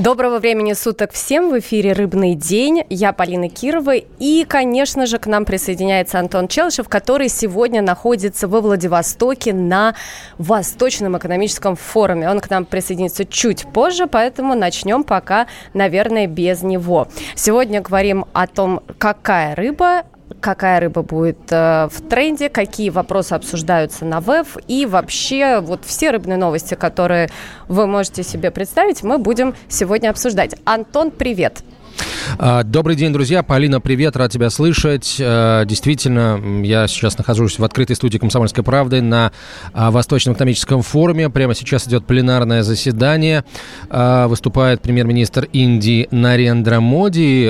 Доброго времени суток всем. В эфире «Рыбный день». Я Полина Кирова. И, конечно же, к нам присоединяется Антон Челышев, который сегодня находится во Владивостоке на Восточном экономическом форуме. Он к нам присоединится чуть позже, поэтому начнем пока, наверное, без него. Сегодня говорим о том, какая рыба будет в тренде, какие вопросы обсуждаются на ВЭФ, и вообще вот все рыбные новости, которые вы можете себе представить, мы будем сегодня обсуждать. Антон, привет! Добрый день, друзья. Полина, привет, рад тебя слышать. Действительно, я сейчас нахожусь в открытой студии «Комсомольской правды» на Восточном экономическом форуме. Прямо сейчас идет пленарное заседание. Выступает премьер-министр Индии Нарендра Моди.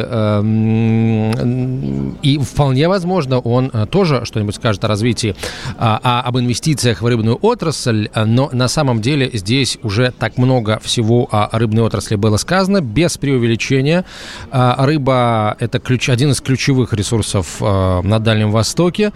И вполне возможно, он тоже что-нибудь скажет о развитии, об инвестициях в рыбную отрасль. Но на самом деле здесь уже так много всего о рыбной отрасли было сказано, без преувеличения. Рыба – это один из ключевых ресурсов на Дальнем Востоке.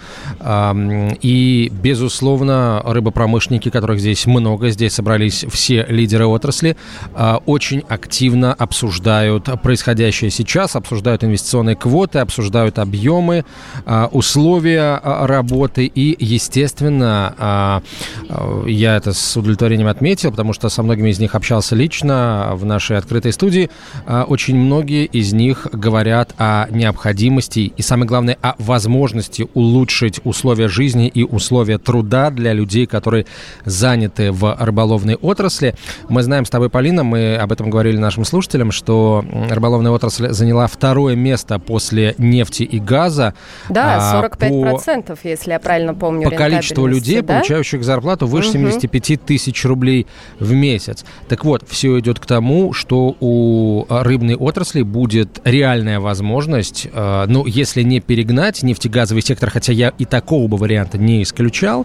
И, безусловно, рыбопромышленники, которых здесь много, здесь собрались все лидеры отрасли, очень активно обсуждают происходящее сейчас, обсуждают инвестиционные квоты, обсуждают объемы, условия работы. И, естественно, я это с удовлетворением отметил, потому что со многими из них общался лично в нашей открытой студии. Очень многие из них говорят о необходимости и, самое главное, о возможности улучшить условия жизни и условия труда для людей, которые заняты в рыболовной отрасли. Мы знаем с тобой, Полина, мы об этом говорили нашим слушателям, что рыболовная отрасль заняла второе место после нефти и газа. Да, 45%, если я правильно помню. По количеству людей, да? Получающих зарплату выше 75 тысяч рублей в месяц. Так вот, все идет к тому, что у рыбной отрасли будет реальная возможность, если не перегнать нефтегазовый сектор, хотя я и такого бы варианта не исключал,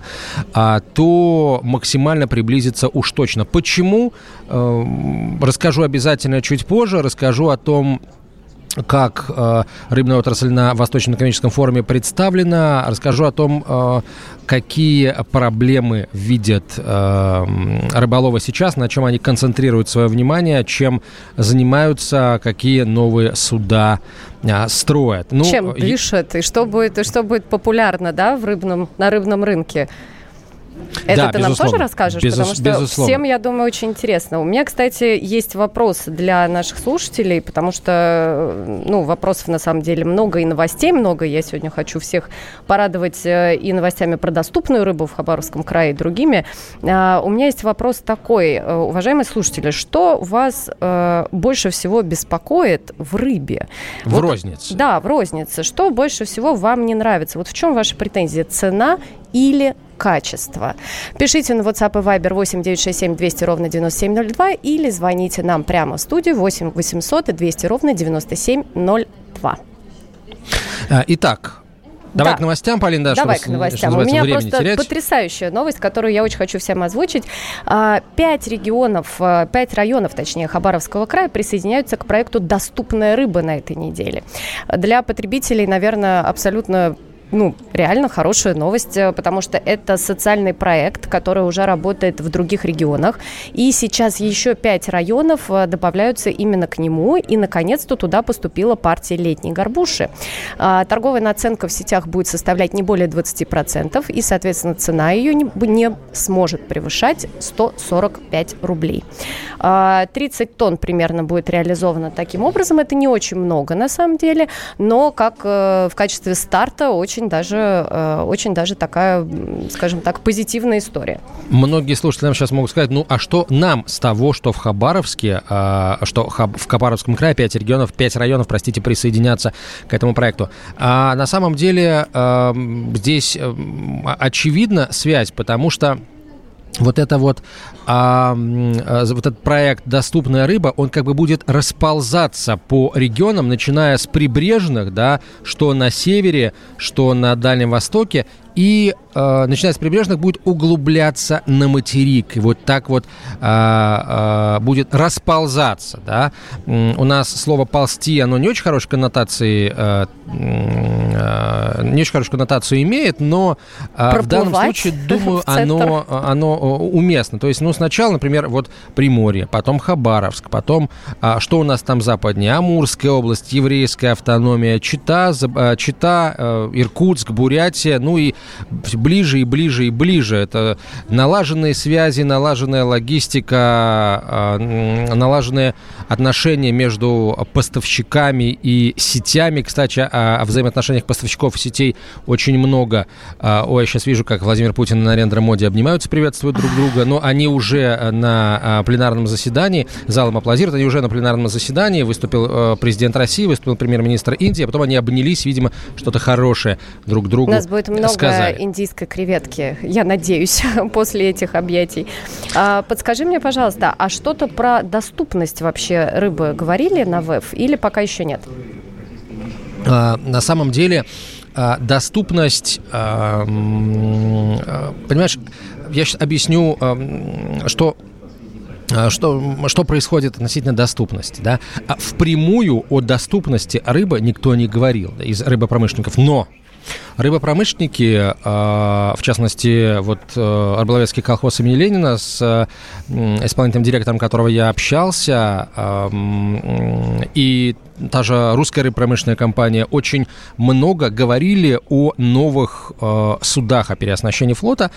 то максимально приблизиться уж точно. Почему? Расскажу обязательно чуть позже, расскажу о том, как рыбная отрасль на Восточном экономическом форуме представлена. Расскажу о том, какие проблемы видят рыболовы сейчас, на чем они концентрируют свое внимание, чем занимаются, какие новые суда строят. Чем дышат и что будет популярно, да, на рыбном рынке? Это ты нам тоже расскажешь? Потому что всем, я думаю, очень интересно. У меня, кстати, есть вопрос для наших слушателей, потому что, вопросов на самом деле много и новостей много. Я сегодня хочу всех порадовать и новостями про доступную рыбу в Хабаровском крае и другими. У меня есть вопрос такой, уважаемые слушатели, что вас больше всего беспокоит в рыбе? В рознице. Да, в рознице. Что больше всего вам не нравится? Вот в чем ваши претензии? Цена или качество? Пишите на WhatsApp и Viber 8 967 200 ровно 9702 или звоните нам прямо в студию 8 800 200 ровно 9702. Итак, давай к новостям, Полина, давай к новостям. У меня просто потрясающая новость, которую я очень хочу всем озвучить. 5 районов, Хабаровского края присоединяются к проекту «Доступная рыба» на этой неделе. Для потребителей, наверное, абсолютно реально хорошая новость, потому что это социальный проект, который уже работает в других регионах. И сейчас еще 5 районов добавляются именно к нему. И, наконец-то, туда поступила партия летней горбуши. Торговая наценка в сетях будет составлять не более 20%. И, соответственно, цена ее не сможет превышать 145 рублей. 30 тонн примерно будет реализовано таким образом. Это не очень много, на самом деле. Но как в качестве старта очень даже такая, скажем так, позитивная история. Многие слушатели нам сейчас могут сказать, а что нам с того, что в Хабаровске, что в Хабаровском крае 5 районов, присоединятся к этому проекту. А на самом деле здесь очевидна связь, потому что этот проект «Доступная рыба», он как бы будет расползаться по регионам, начиная с прибрежных, да, что на севере, что на Дальнем Востоке, и, начиная с прибрежных, будет углубляться на материк. И вот так вот будет расползаться. Да? У нас слово «ползти», оно не очень хорошей коннотации, имеет, но в данном случае, думаю, оно уместно. То есть, сначала, например, вот Приморье, потом Хабаровск, потом, что у нас там западнее? Амурская область, Еврейская автономия, Чита, Иркутск, Бурятия, и ближе и ближе и ближе. Это налаженные связи, налаженная логистика, налаженные отношения между поставщиками и сетями. Кстати, о взаимоотношениях поставщиков и сетей очень много. Я сейчас вижу, как Владимир Путин и Нарендра Моди обнимаются, приветствуют друг друга, но они уже на пленарном заседании, залом аплодируют, они уже на пленарном заседании, выступил президент России, выступил премьер-министр Индии, а потом они обнялись, видимо, что-то хорошее друг другу сказали. У нас будет много индийской креветки, я надеюсь, после этих объятий. Подскажи мне, пожалуйста, а что-то про доступность вообще рыбы говорили на ВЭФ или пока еще нет? На самом деле доступность, понимаешь, я сейчас объясню, что происходит относительно доступности. Да? Впрямую о доступности рыбы никто не говорил из рыбопромышленников, но рыбопромышленники, в частности, Рыболовецкий колхоз имени Ленина, с исполнительным директором которого я общался, и та же русская рыбопромышленная компания, очень много говорили о новых судах, о переоснащении флота.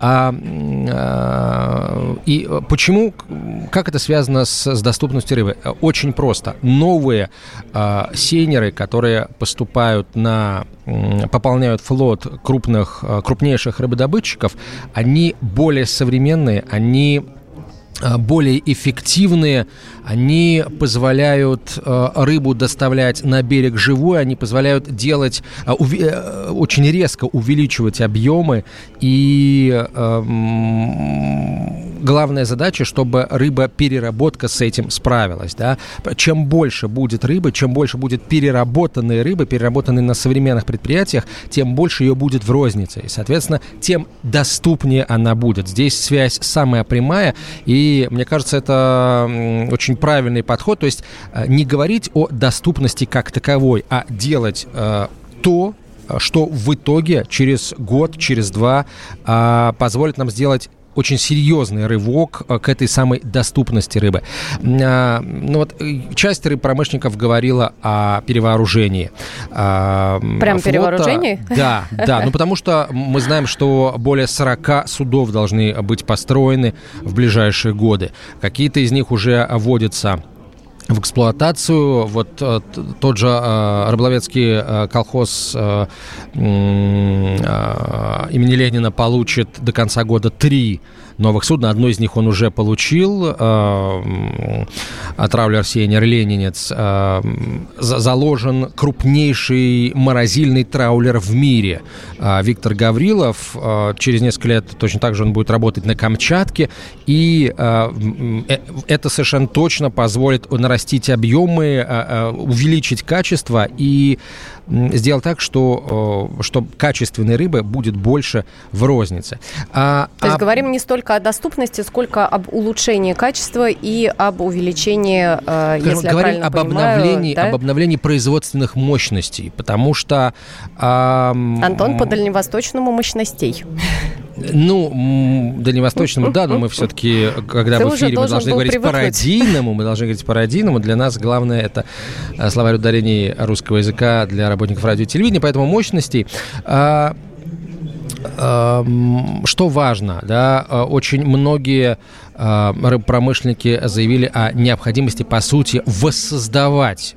И почему, как это связано с доступностью рыбы? Очень просто. Новые сейнеры, которые пополняют флот крупнейших рыбодобытчиков, они более современные, они более эффективные, они позволяют рыбу доставлять на берег живой, они позволяют очень резко увеличивать объемы, и главная задача, чтобы рыба-переработка с этим справилась. Да? Чем больше будет рыбы, чем больше будет переработанной рыбы, переработанной на современных предприятиях, тем больше ее будет в рознице. И, соответственно, тем доступнее она будет. Здесь связь самая прямая, и мне кажется, это очень правильный подход. То есть не говорить о доступности как таковой, а делать то, что в итоге через год, через два позволит нам сделать очень серьезный рывок к этой самой доступности рыбы. Часть рыбопромышленников говорила о перевооружении. Прям перевооружении? Да. Потому что мы знаем, что более 40 судов должны быть построены в ближайшие годы. Какие-то из них уже вводятся в эксплуатацию. Тот же Рыболовецкий колхоз имени Ленина получит до конца года 3 новых судна. Одно из них он уже получил. Траулер-сейнер «Ленинец». Заложен крупнейший морозильный траулер в мире. Виктор Гаврилов. Через несколько лет точно так же он будет работать на Камчатке. И это совершенно точно позволит нарастить объемы, увеличить качество и сделать так, что качественной рыбы будет больше в рознице. То есть говорим не столько о доступности, сколько об улучшении качества и об увеличении, если я правильно понимаю, об обновлении производственных мощностей, потому что... Антон, по дальневосточному мощностей. Дальневосточному, да, но мы все-таки, когда в эфире, мы должны говорить по-родийному. Для нас главное — это словарь ударений русского языка для работников радио и телевидения, поэтому мощностей. Что важно, да, очень многие рыбопромышленники заявили о необходимости, по сути, воссоздавать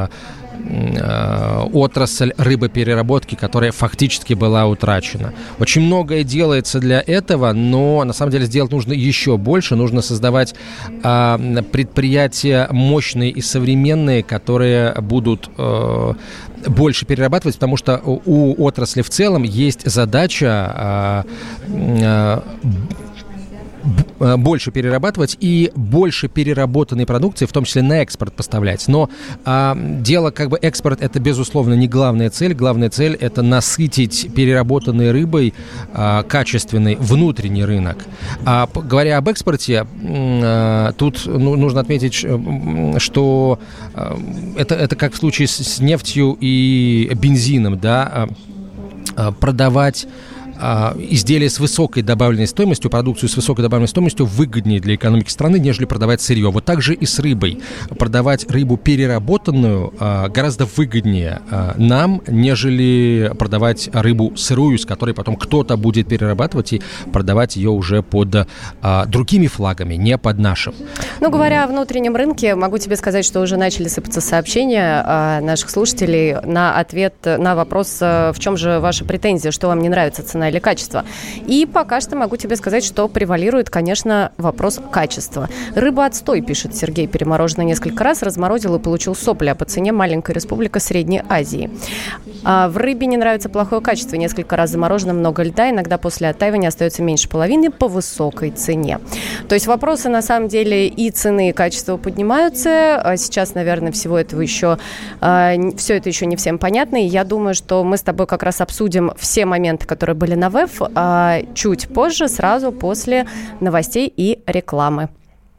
отрасль рыбопереработки, которая фактически была утрачена. Очень многое делается для этого, но на самом деле сделать нужно еще больше. Нужно создавать предприятия мощные и современные, которые будут больше перерабатывать, потому что у отрасли в целом есть задача больше перерабатывать и больше переработанной продукции, в том числе на экспорт поставлять. Но дело экспорт — это, безусловно, не главная цель. Главная цель — это насытить переработанной рыбой качественный внутренний рынок. Говоря об экспорте, тут нужно отметить, что это как в случае с нефтью и бензином, да, продавать изделия с высокой добавленной стоимостью, продукцию с высокой добавленной стоимостью выгоднее для экономики страны, нежели продавать сырье. Вот так же и с рыбой. Продавать рыбу переработанную гораздо выгоднее нам, нежели продавать рыбу сырую, с которой потом кто-то будет перерабатывать и продавать ее уже под другими флагами, не под нашим. Говоря о внутреннем рынке, могу тебе сказать, что уже начали сыпаться сообщения наших слушателей на ответ на вопрос, в чем же ваша претензия, что вам не нравится, цена или качество. И пока что могу тебе сказать, что превалирует, конечно, вопрос качества. Рыба отстой, пишет Сергей, переморожена несколько раз, разморозил и получил сопли, а по цене маленькая республика Средней Азии. В рыбе не нравится плохое качество, несколько раз заморожено, много льда, иногда после оттаивания остается меньше половины по высокой цене. То есть вопросы на самом деле и цены, и качества поднимаются. Сейчас, наверное, все это еще не всем понятно, и я думаю, что мы с тобой как раз обсудим все моменты, которые были на ВЭФ, чуть позже, сразу после новостей и рекламы.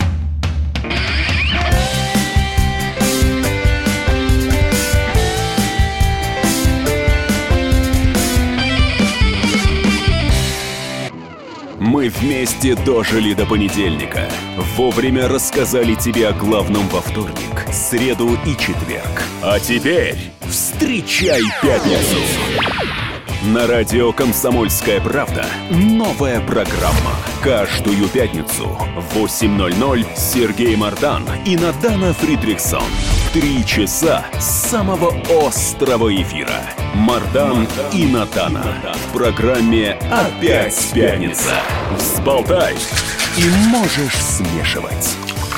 Мы вместе дожили до понедельника. Вовремя рассказали тебе о главном во вторник, среду и четверг. А теперь встречай пятницу! На радио «Комсомольская правда» новая программа. Каждую пятницу в 8:00 Сергей Мардан и Надана Фридрихсон. 3 часа самого острого эфира. Мардан и Надана. В программе «Опять пятница». Взболтай и можешь смешивать.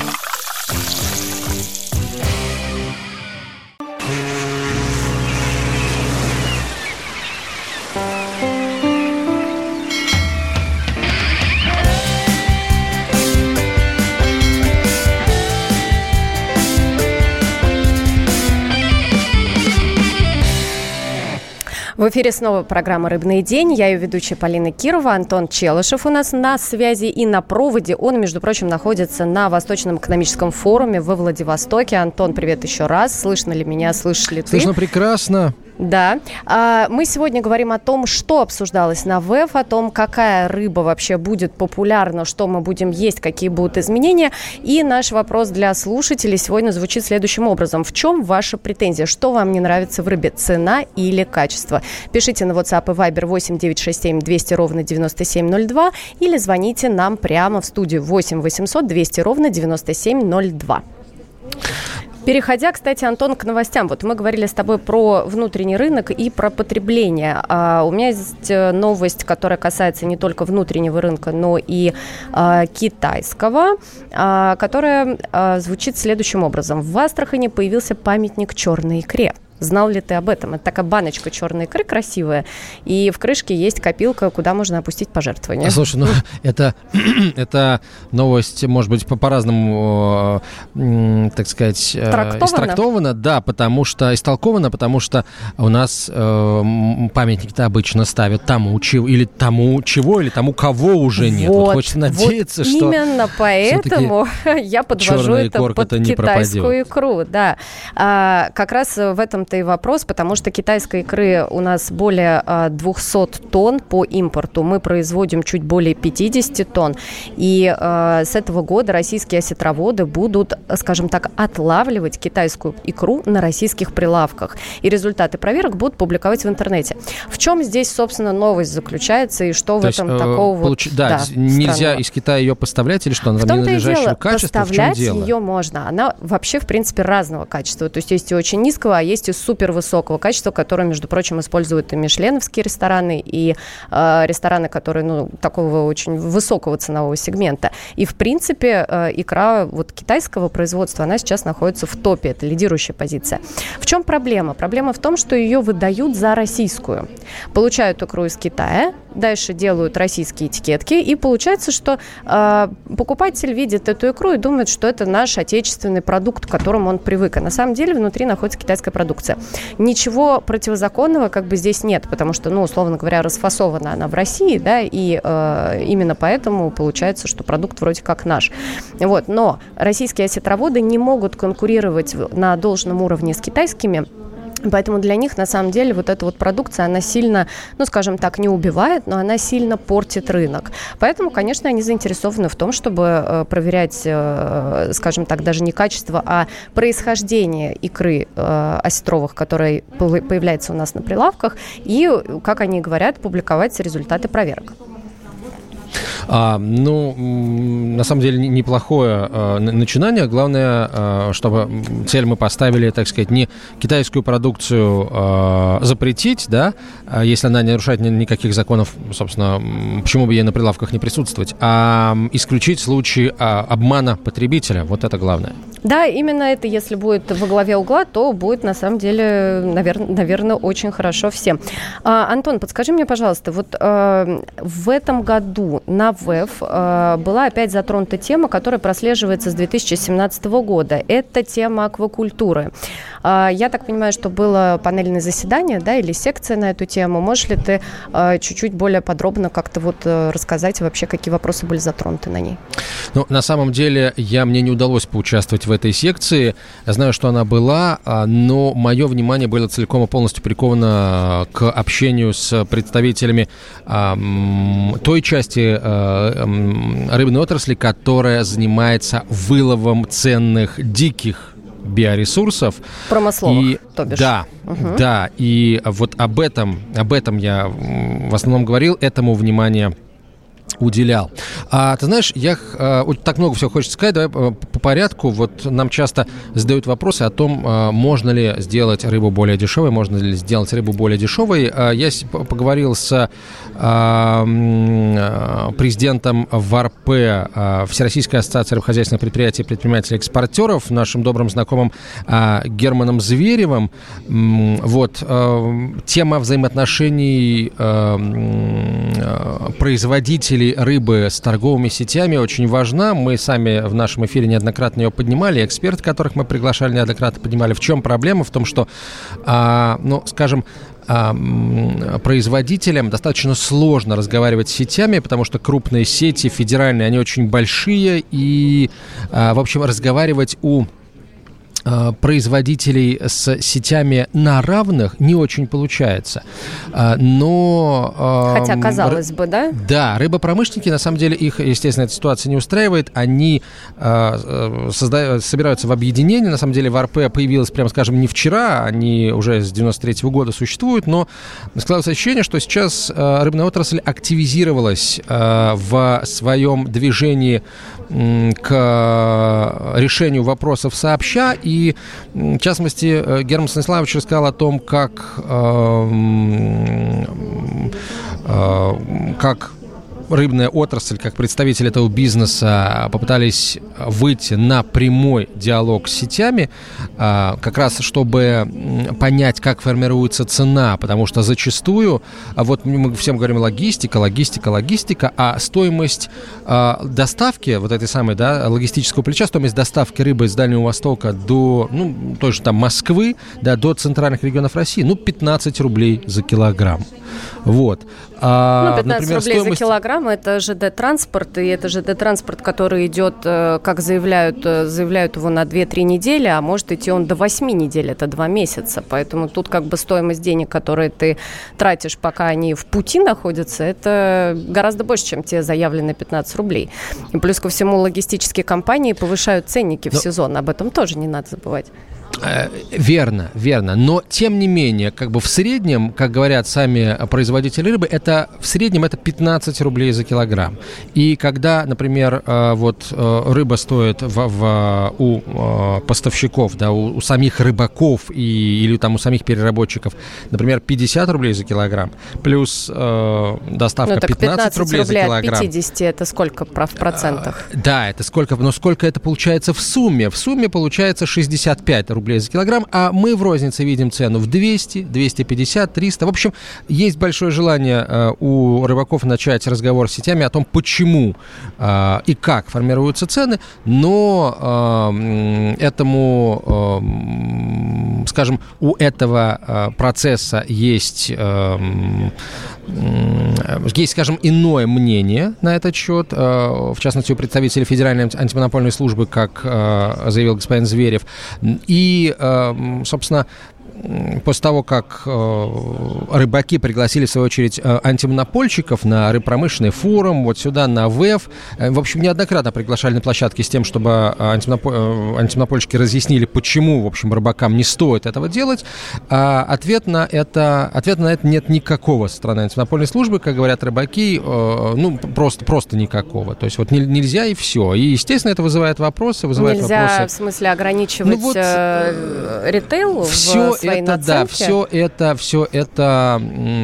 В эфире снова программа «Рыбный день». Я ее ведущая Полина Кирова. Антон Челышев у нас на связи и на проводе. Он, между прочим, находится на Восточном экономическом форуме во Владивостоке. Антон, привет еще раз. Слышно ли меня? Слышишь ли ты? Слышно прекрасно. Да. Мы сегодня говорим о том, что обсуждалось на ВЭФ, о том, какая рыба вообще будет популярна, что мы будем есть, какие будут изменения. И наш вопрос для слушателей сегодня звучит следующим образом. В чем ваша претензия? Что вам не нравится в рыбе? Цена или качество? Пишите на WhatsApp и Viber 8 967 200 ровно 9702 или звоните нам прямо в студию 8 800 200 ровно 9702. Переходя, кстати, Антон, к новостям. Вот мы говорили с тобой про внутренний рынок и про потребление. У меня есть новость, которая касается не только внутреннего рынка, но и китайского, которая звучит следующим образом. В Астрахани появился памятник черной икре. Знал ли ты об этом? Это такая баночка черной икры красивая, и в крышке есть копилка, куда можно опустить пожертвования. Слушай, это новость, может быть, по-разному, так сказать, истолкована, да, потому что у нас памятник-то обычно ставят тому, кого уже нет. Вот хочется надеяться, что именно поэтому я подвожу это под китайскую икру. Да. Как раз в этом-то и вопрос, потому что китайской икры у нас более 200 тонн по импорту. Мы производим чуть более 50 тонн. И с этого года российские осетроводы будут, скажем так, отлавливать китайскую икру на российских прилавках. И результаты проверок будут публиковать в интернете. В чем здесь, собственно, новость заключается и что в этом такого нельзя странного? Из Китая ее поставлять или что? Она там ненадлежащего качества? Поставлять ее можно. Она вообще, в принципе, разного качества. То есть и очень низкого, а есть и супер высокого качества, которое, между прочим, используют и мишленовские рестораны, и рестораны, которые, такого очень высокого ценового сегмента. И, в принципе, икра китайского производства, она сейчас находится в топе. Это лидирующая позиция. В чем проблема? Проблема в том, что ее выдают за российскую. Получают икру из Китая дальше делают российские этикетки, и получается, что покупатель видит эту икру и думает, что это наш отечественный продукт, к которому он привык. А на самом деле внутри находится китайская продукция. Ничего противозаконного как бы здесь нет, потому что, условно говоря, расфасована она в России, да, и именно поэтому получается, что продукт вроде как наш. Вот. Но российские осетроводы не могут конкурировать на должном уровне с китайскими. Поэтому для них, на самом деле, вот эта вот продукция, она сильно, скажем так, не убивает, но она сильно портит рынок. Поэтому, конечно, они заинтересованы в том, чтобы проверять, скажем так, даже не качество, а происхождение икры осетровых, которая появляется у нас на прилавках, и, как они говорят, публиковать результаты проверок. На самом деле неплохое начинание. Главное, чтобы цель мы поставили, так сказать, не китайскую продукцию запретить, да, если она не нарушает никаких законов, собственно, почему бы ей на прилавках не присутствовать, а исключить случаи обмана потребителя. Вот это главное. Да, именно это, если будет во главе угла, то будет, на самом деле, наверное, очень хорошо всем. Антон, подскажи мне, пожалуйста, вот в этом году на ВЭФ была опять затронута тема, которая прослеживается с 2017 года. Это тема аквакультуры. Я так понимаю, что было панельное заседание, да, или секция на эту тему. Можешь ли ты чуть-чуть более подробно как-то вот рассказать вообще, какие вопросы были затронуты на ней? На самом деле, мне не удалось поучаствовать в этой секции. Я знаю, что она была, но мое внимание было целиком и полностью приковано к общению с представителями той части рыбной отрасли, которая занимается выловом ценных диких биоресурсов. Промысловых, то бишь. Да, да. И вот об этом я в основном говорил, этому внимание уделял. Ты знаешь, так много всего хочется сказать, давай по порядку. Вот нам часто задают вопросы о том, можно ли сделать рыбу более дешевой, можно ли сделать рыбу более дешевой. Я поговорил с президентом ВАРП, Всероссийской ассоциации рыбохозяйственных предприятий и предпринимателей-экспортеров, нашим добрым знакомым Германом Зверевым. Вот, тема взаимоотношений производителей рыбы с торговыми сетями очень важна. Мы сами в нашем эфире неоднократно ее поднимали. Эксперты, которых мы приглашали, неоднократно поднимали. В чем проблема? В том, что, скажем, производителям достаточно сложно разговаривать с сетями, потому что крупные сети, федеральные, они очень большие. И, в общем, разговаривать у производителей с сетями на равных не очень получается. Но... Хотя, казалось бы, да? Да, рыбопромышленники, на самом деле, их, естественно, эта ситуация не устраивает. Они собираются в объединение. На самом деле, ВАРП появилась, прямо скажем, не вчера. Они уже с 93-го года существуют. Но складывается ощущение, что сейчас рыбная отрасль активизировалась в своем движении к решению вопросов сообща. И, в частности, Герман Станиславович рассказал о том, как рыбная отрасль, как представители этого бизнеса попытались выйти на прямой диалог с сетями, как раз чтобы понять, как формируется цена, потому что зачастую, вот мы всем говорим логистика, а стоимость доставки вот этой самой, да, логистического плеча, стоимость доставки рыбы из Дальнего Востока до, той же там Москвы, да, до центральных регионов России, 15 рублей за килограмм. Вот. 15 например, рублей за килограмм – это ЖД-транспорт, и это ЖД-транспорт, который идет, как заявляют его на 2-3 недели, а может идти он до 8 недель, это 2 месяца. Поэтому тут как бы стоимость денег, которые ты тратишь, пока они в пути находятся, это гораздо больше, чем те заявленные 15 рублей. И плюс ко всему логистические компании повышают ценники в сезон, об этом тоже не надо забывать. Верно. Но, тем не менее, как бы в среднем, как говорят сами производители рыбы, в среднем это 15 рублей за килограмм. И когда, например, рыба стоит у поставщиков, да, у самих рыбаков или там у самих переработчиков, например, 50 рублей за килограмм, плюс доставка 15 рублей за килограмм. От 50 это сколько в процентах? Да, это сколько, но сколько это получается в сумме? В сумме получается 65 рублей рублей за килограмм, а мы в рознице видим цену в 200, 250, 300. В общем, есть большое желание у рыбаков начать разговор с сетями о том, почему и как формируются цены, но этому, скажем, у этого процесса есть, скажем, иное мнение на этот счет, в частности, у представителей Федеральной антимонопольной службы, как заявил господин Зверев. И, собственно, после того, как рыбаки пригласили, в свою очередь, антимонопольщиков на рыбпромышленный форум, вот сюда, на ВЭФ, в общем, неоднократно приглашали на площадки с тем, чтобы антимонопольщики разъяснили, почему, в общем, рыбакам не стоит этого делать. Ответ на это нет никакого со стороны антимонопольной службы, как говорят рыбаки, просто никакого. То есть вот нельзя и все. И, естественно, это вызывает вопросы. Нельзя, в смысле, ограничивать ритейл в своей наценке? Да, все это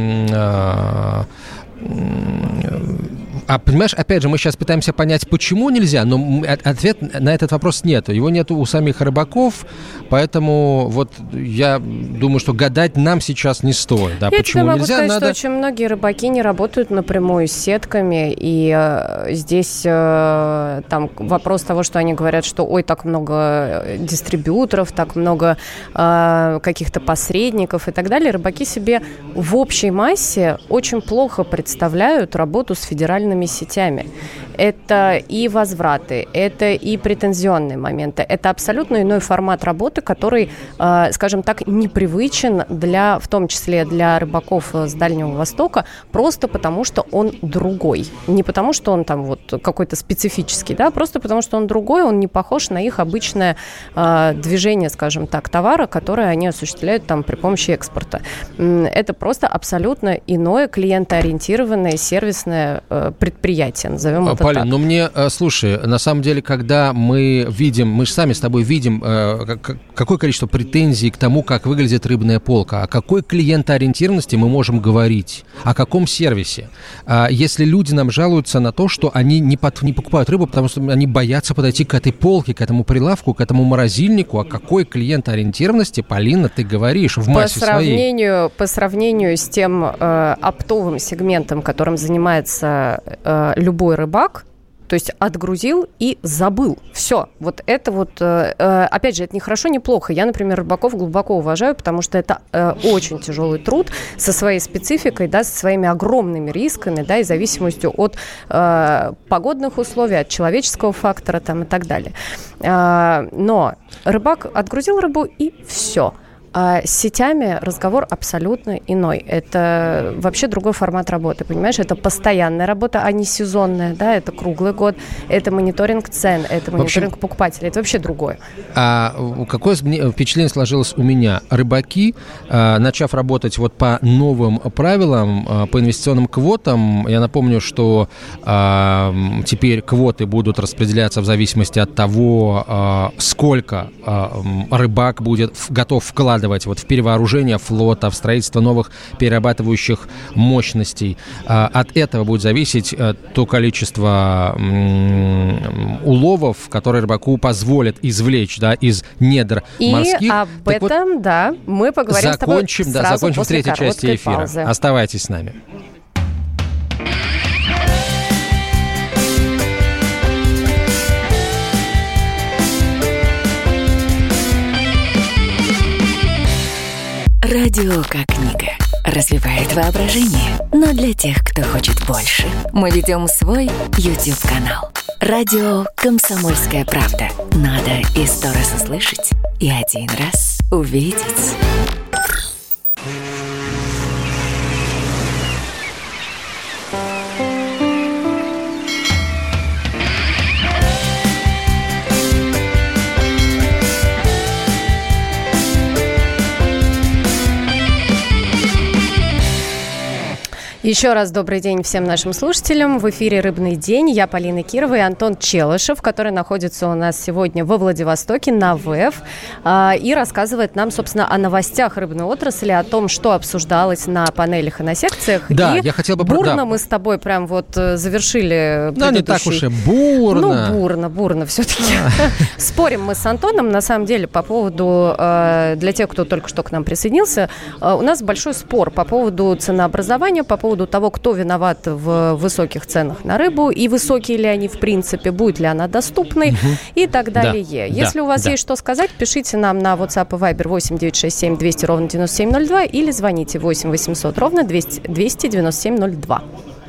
понимаешь, опять же, мы сейчас пытаемся понять, почему нельзя, но ответ на этот вопрос нет. Его нет у самих рыбаков, поэтому вот я думаю, что гадать нам сейчас не стоит. Да, я тебе могу сказать, что очень многие рыбаки не работают напрямую с сетками, и здесь там вопрос того, что они говорят, что ой, так много дистрибьюторов, так много каких-то посредников и так далее. Рыбаки себе в общей массе очень плохо представляют работу с федеральными сетями. Это и возвраты, это и претензионные моменты. Это абсолютно иной формат работы, который, скажем так, непривычен в том числе для рыбаков с Дальнего Востока, просто потому что он другой. Не потому что он там вот какой-то специфический, да, просто потому что он другой, он не похож на их обычное движение, скажем так, товара, которое они осуществляют там при помощи экспорта. Это просто абсолютно иное клиентоориентированное сервисное предприятие, назовем это Полин, так. ну мне, слушай, на самом деле, когда мы же сами с тобой видим, какое количество претензий к тому, как выглядит рыбная полка, о какой клиентоориентированности мы можем говорить, о каком сервисе. Если люди нам жалуются на то, что они не покупают рыбу, потому что они боятся подойти к этой полке, к этому прилавку, к этому морозильнику, о какой клиентоориентированности, Полина, ты говоришь в массе своей? По сравнению с тем оптовым сегментом, которым занимается любой рыбак, то есть отгрузил и забыл. Все. Вот это вот, опять же, это не хорошо, не плохо. Я, например, рыбаков глубоко уважаю, потому что это очень тяжелый труд со своей спецификой, да, со своими огромными рисками, да, и зависимостью от погодных условий, от человеческого фактора там, и так далее. Но рыбак отгрузил рыбу и все. А с сетями разговор абсолютно иной. Это вообще другой формат работы, понимаешь? Это постоянная работа, а не сезонная, да? Это круглый год, это мониторинг цен, это мониторинг покупателей. Это вообще другое. Какое впечатление сложилось у меня? Рыбаки, начав работать вот по новым правилам, по инвестиционным квотам, я напомню, что теперь квоты будут распределяться в зависимости от того, сколько рыбак будет готов вкладывать вот в перевооружение флота, в строительство новых перерабатывающих мощностей. От этого будет зависеть то количество уловов, которые рыбаку позволят извлечь, да, из недр морских. И об этом, да, мы поговорим закончим, с тобой сразу закончим в третьей части эфира. Паузы. Оставайтесь с нами. Радио как книга. Развивает воображение. Но для тех, кто хочет больше, мы ведем свой YouTube-канал. Радио «Комсомольская правда». Надо и 100 раз услышать, и 1 раз увидеть. Еще раз добрый день всем нашим слушателям. В эфире «Рыбный день». Я Полина Кирова и Антон Челышев, который находится у нас сегодня во Владивостоке на ВЭФ и рассказывает нам, собственно, о новостях рыбной отрасли, о том, что обсуждалось на панелях и на секциях. Да, и я хотел бы... бурно мы с тобой прям вот завершили предыдущий... Да, не так уж и бурно. Ну, бурно все-таки. Спорим мы с Антоном, на самом деле, по поводу, для тех, кто только что к нам присоединился, у нас большой спор по поводу ценообразования, по поводу того, кто виноват в высоких ценах на рыбу, и высокие ли они в принципе, будет ли она доступной, и так далее. Да, если у вас есть что сказать, пишите нам на WhatsApp и Viber 8 967 200 ровно 9702 или звоните 8 800 ровно 297 02.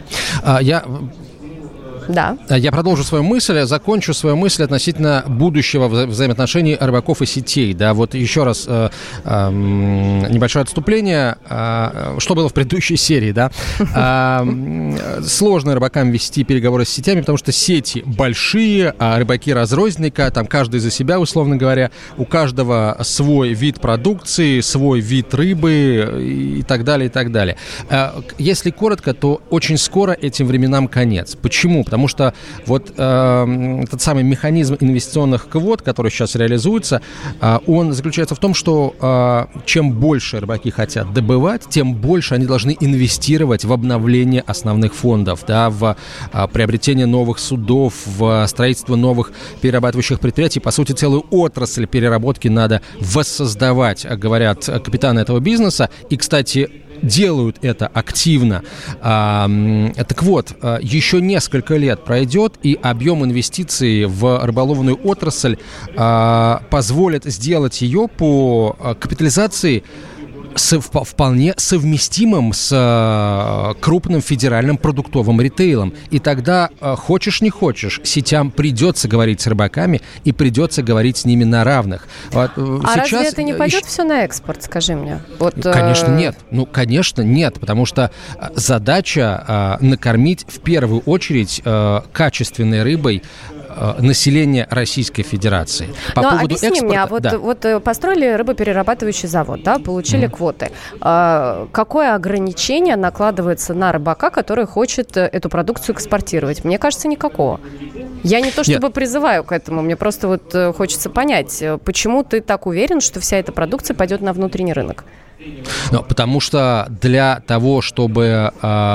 Да. Я продолжу свою мысль, закончу свою мысль относительно будущего взаимоотношений рыбаков и сетей. Да, вот еще раз небольшое отступление. Что было в предыдущей серии, да? Сложно рыбакам вести переговоры с сетями, потому что сети большие, а рыбаки разрозненника, там каждый за себя, условно говоря, у каждого свой вид продукции, свой вид рыбы и так далее, и так далее. Если коротко, то очень скоро этим временам конец. Почему? Потому что вот этот самый механизм инвестиционных квот, который сейчас реализуется, он заключается в том, что чем больше рыбаки хотят добывать, тем больше они должны инвестировать в обновление основных фондов, да, в приобретение новых судов, в строительство новых перерабатывающих предприятий. По сути, целую отрасль переработки надо воссоздавать, говорят капитаны этого бизнеса. И, кстати, делают это активно. Так вот, еще несколько лет пройдет, и объем инвестиций в рыболовную отрасль позволит сделать ее по капитализации вполне совместимым с крупным федеральным продуктовым ритейлом. И тогда, хочешь не хочешь, сетям придется говорить с рыбаками и придется говорить с ними на равных. Вот, разве это не пойдет все на экспорт, скажи мне? Вот, конечно, нет. Ну, конечно, нет, потому что задача накормить в первую очередь качественной рыбой население Российской Федерации. По поводу объясни экспорта, мне, вот построили рыбоперерабатывающий завод, да, получили квоты. Какое ограничение накладывается на рыбака, который хочет эту продукцию экспортировать? Мне кажется, никакого. Я не то чтобы призываю к этому, мне просто вот хочется понять, почему ты так уверен, что вся эта продукция пойдет на внутренний рынок? Ну, потому что для того, чтобы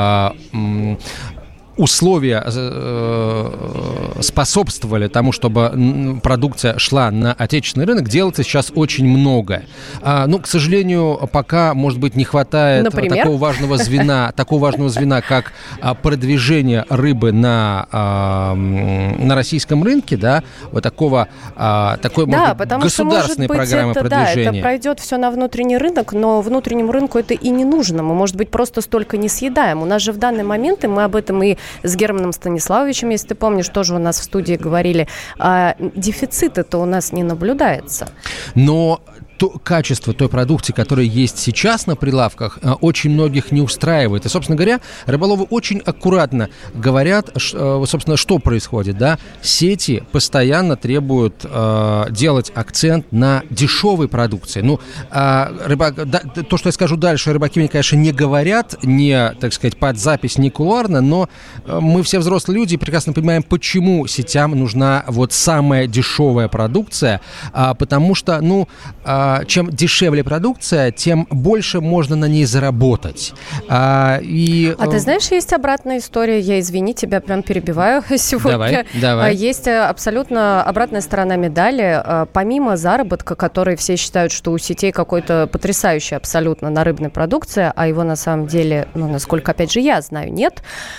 условия способствовали тому, чтобы продукция шла на отечественный рынок, делается сейчас очень много. Ну, к сожалению, пока, может быть, не хватает такого важного звена, как продвижение рыбы на российском рынке, да, вот такой, может быть, государственной программы продвижения. Да, это пройдет все на внутренний рынок, но внутреннему рынку это и не нужно. Мы, может быть, просто столько не съедаем. У нас же в данный момент, и мы об этом и с Германом Станиславовичем, если ты помнишь, тоже у нас в студии говорили, дефицита-то у нас не наблюдается. Но качество той продукции, которая есть сейчас на прилавках, очень многих не устраивает. И, собственно говоря, рыболовы очень аккуратно говорят, собственно, что происходит, да? Сети постоянно требуют делать акцент на дешевой продукции. Ну, то, что я скажу дальше, рыбаки мне, конечно, не говорят, не, так сказать, под запись, не кулуарно, но мы все взрослые люди и прекрасно понимаем, почему сетям нужна вот самая дешевая продукция, потому что, чем дешевле продукция, тем больше можно на ней заработать. А ты знаешь, есть обратная история. Я, извини, тебя прям перебиваю сегодня. Давай. Есть абсолютно обратная сторона медали. Помимо заработка, который все считают, что у сетей какой-то потрясающий абсолютно на рыбной продукции, а его на самом деле, насколько, опять же, я знаю, нет.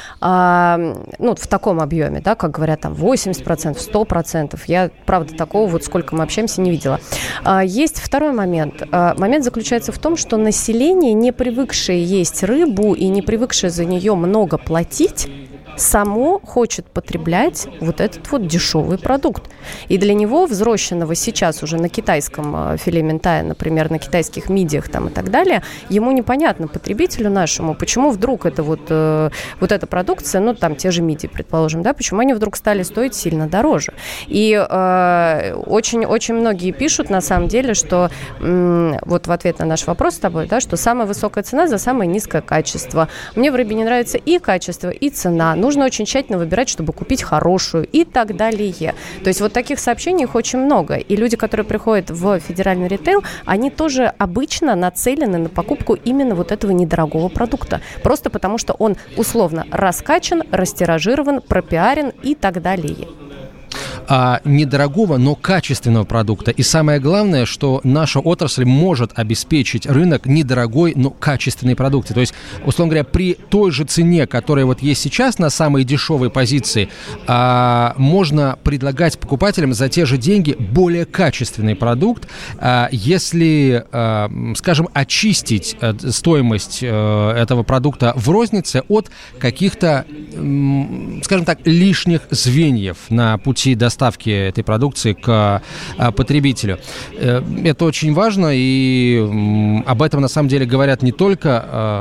В таком объеме, да, как говорят, там 80%, 100%. Я, правда, такого, вот сколько мы общаемся, не видела. Есть второй момент. Момент заключается в том, что население, не привыкшее есть рыбу и не привыкшее за нее много платить, само хочет потреблять вот этот вот дешевый продукт. И для него, взросшенного сейчас уже на китайском филе минтая, например, на китайских мидиях там и так далее, ему непонятно, потребителю нашему, почему вдруг это вот эта продукция, ну, там, те же мидии, предположим, да, почему они вдруг стали стоить сильно дороже. И очень многие пишут, на самом деле, что вот в ответ на наш вопрос с тобой, да, что самая высокая цена за самое низкое качество. Мне в рыбе не нравится и качество, и цена. Нужно очень тщательно выбирать, чтобы купить хорошую и так далее. То есть вот таких сообщений их очень много. И люди, которые приходят в федеральный ритейл, они тоже обычно нацелены на покупку именно вот этого недорогого продукта. Просто потому, что он условно раскачан, растиражирован, пропиарен и так далее. Недорогого, но качественного продукта. И самое главное, что наша отрасль может обеспечить рынок недорогой, но качественной продукции. То есть, условно говоря, при той же цене, которая вот есть сейчас на самые дешевые позиции, можно предлагать покупателям за те же деньги более качественный продукт, если, скажем, очистить стоимость этого продукта в рознице от каких-то, скажем так, лишних звеньев на пути доставки этой продукции к потребителю. Это очень важно, и об этом на самом деле говорят не только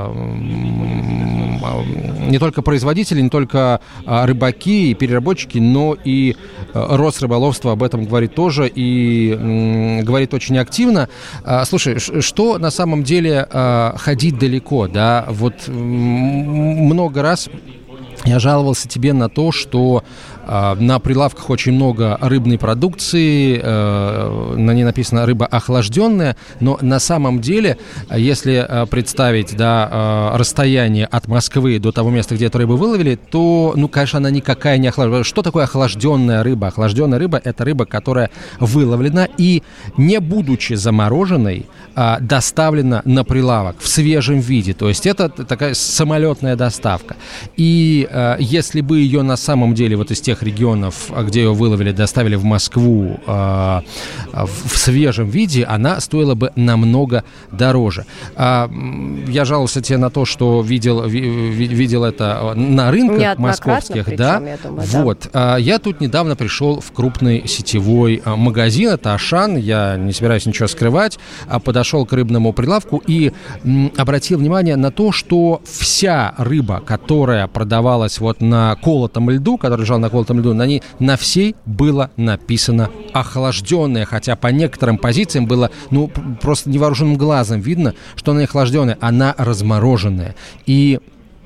производители, не только рыбаки и переработчики, но и Росрыболовство об этом говорит тоже и говорит очень активно. Слушай, что на самом деле ходить далеко, да? Вот много раз я жаловался тебе на то, что на прилавках очень много рыбной продукции, на ней написано «рыба охлажденная», но на самом деле, если представить, да, расстояние от Москвы до того места, где эту рыбу выловили, то, ну, конечно, она никакая не охлажденная. Что такое охлажденная рыба? Охлажденная рыба – это рыба, которая выловлена и, не будучи замороженной, доставлена на прилавок в свежем виде. То есть это такая самолетная доставка. И если бы ее на самом деле вот из тех регионов, где ее выловили, доставили в Москву в свежем виде, она стоила бы намного дороже. Я жаловался тебе на то, что видел это на рынках московских. Да? Я думаю, вот. Да. Я тут недавно пришел в крупный сетевой магазин, это Ашан, я не собираюсь ничего скрывать, подошел к рыбному прилавку и обратил внимание на то, что вся рыба, которая продавалась вот на колотом льду, которая лежала на колотом льду, на ней на всей было написано охлажденная, хотя по некоторым позициям было, ну, просто невооруженным глазом видно, что она не охлажденная, она размороженная. И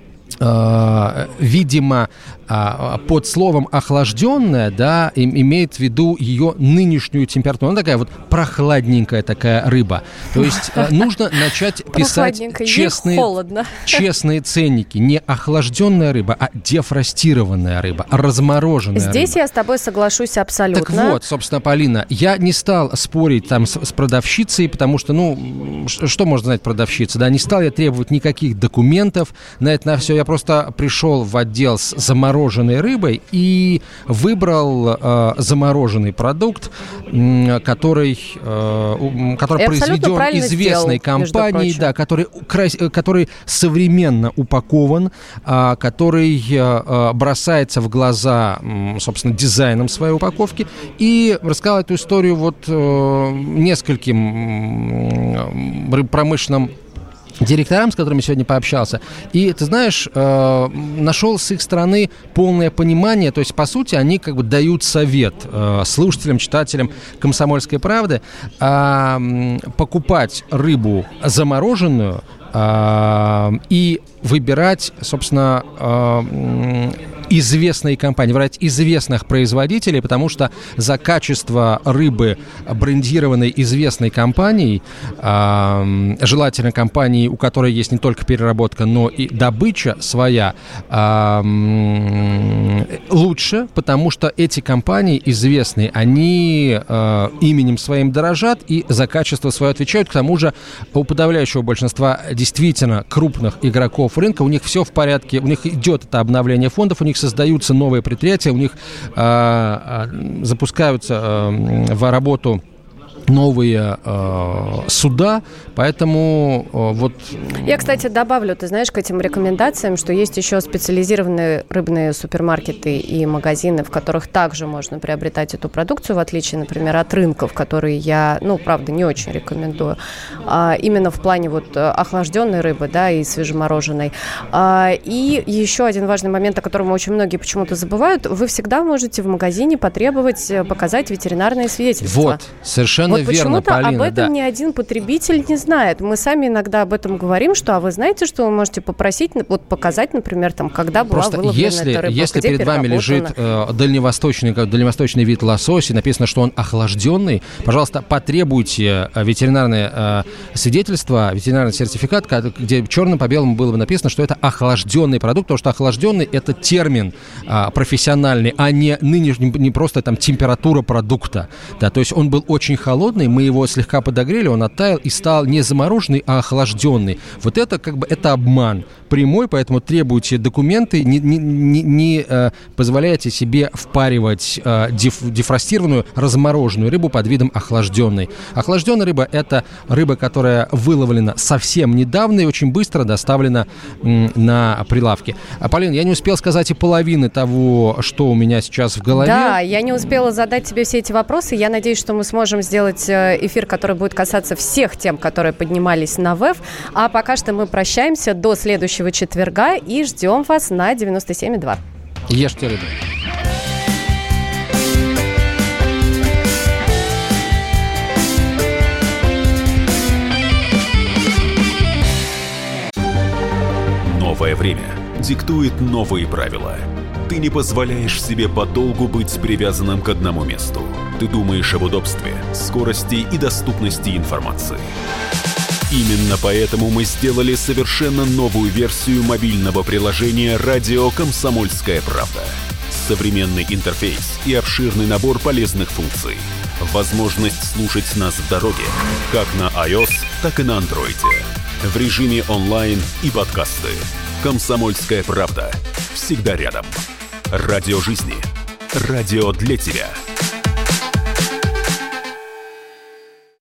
видимо, под словом «охлажденная», да, имеет в виду ее нынешнюю температуру. Она такая вот прохладненькая такая рыба. То есть нужно начать писать честные ценники. Не охлажденная рыба, а дефростированная рыба, размороженная рыба. Здесь я с тобой соглашусь абсолютно. Так вот, собственно, Полина, я не стал спорить там с продавщицей, потому что, ну, что может знать продавщица, да, не стал я требовать никаких документов на это, на все. Я просто пришел в отдел с замороженной рыбой и выбрал замороженный продукт, который произведен известной компанией, да, который современно упакован, который бросается в глаза, собственно, дизайном своей упаковки. И рассказал эту историю вот нескольким рыбпромышленным директорам, с которыми сегодня пообщался. И, ты знаешь, нашел с их стороны полное понимание. То есть, по сути, они как бы дают совет слушателям, читателям «Комсомольской правды» покупать рыбу замороженную и выбирать, собственно, известные компании, выбирать известных производителей, потому что за качество рыбы, брендированной известной компанией, желательно компанией, у которой есть не только переработка, но и добыча своя, лучше, потому что эти компании известные, они именем своим дорожат и за качество свое отвечают. К тому же у подавляющего большинства действительно крупных игроков рынка, у них все в порядке, у них идет это обновление фондов, у них создаются новые предприятия, у них запускаются в работу новые суда, поэтому вот... Я, кстати, добавлю, ты знаешь, к этим рекомендациям, что есть еще специализированные рыбные супермаркеты и магазины, в которых также можно приобретать эту продукцию, в отличие, например, от рынков, которые я, правда, не очень рекомендую, именно в плане вот охлажденной рыбы, да, и свежемороженой. И еще один важный момент, о котором очень многие почему-то забывают, вы всегда можете в магазине потребовать показать ветеринарное свидетельство. Вот, совершенно вот верно, почему-то Полина, об этом ни один потребитель не знает. Мы сами иногда об этом говорим, что, вы знаете, что вы можете попросить, вот показать, например, там, когда была выловлена эта рыба, если перед вами лежит дальневосточный вид лосося, написано, что он охлажденный, пожалуйста, потребуйте ветеринарное свидетельство, ветеринарный сертификат, где черным по белому было бы написано, что это охлажденный продукт, потому что охлажденный – это термин профессиональный, а не просто там температура продукта. Да, то есть он был очень холодный, мы его слегка подогрели, он оттаял и стал не замороженный, а охлажденный. Вот это это обман прямой, поэтому требуйте документы, не позволяйте себе впаривать дефростированную, размороженную рыбу под видом охлажденной. Охлажденная рыба – это рыба, которая выловлена совсем недавно и очень быстро доставлена на прилавки. Полина, я не успел сказать и половины того, что у меня сейчас в голове. Да, я не успела задать тебе все эти вопросы. Я надеюсь, что мы сможем сделать эфир, который будет касаться всех тем, которые поднимались на ВЭФ. А пока что мы прощаемся до следующего четверга и ждем вас на 97,2. Ешьте рыбу. Новое время диктует новые правила. Ты не позволяешь себе подолгу быть привязанным к одному месту. Ты думаешь об удобстве, скорости и доступности информации. Именно поэтому мы сделали совершенно новую версию мобильного приложения «Радио Комсомольская правда». Современный интерфейс и обширный набор полезных функций. Возможность слушать нас в дороге, как на iOS, так и на Android. В режиме онлайн и подкасты. «Комсомольская правда». Всегда рядом. Радио жизни. Радио для тебя.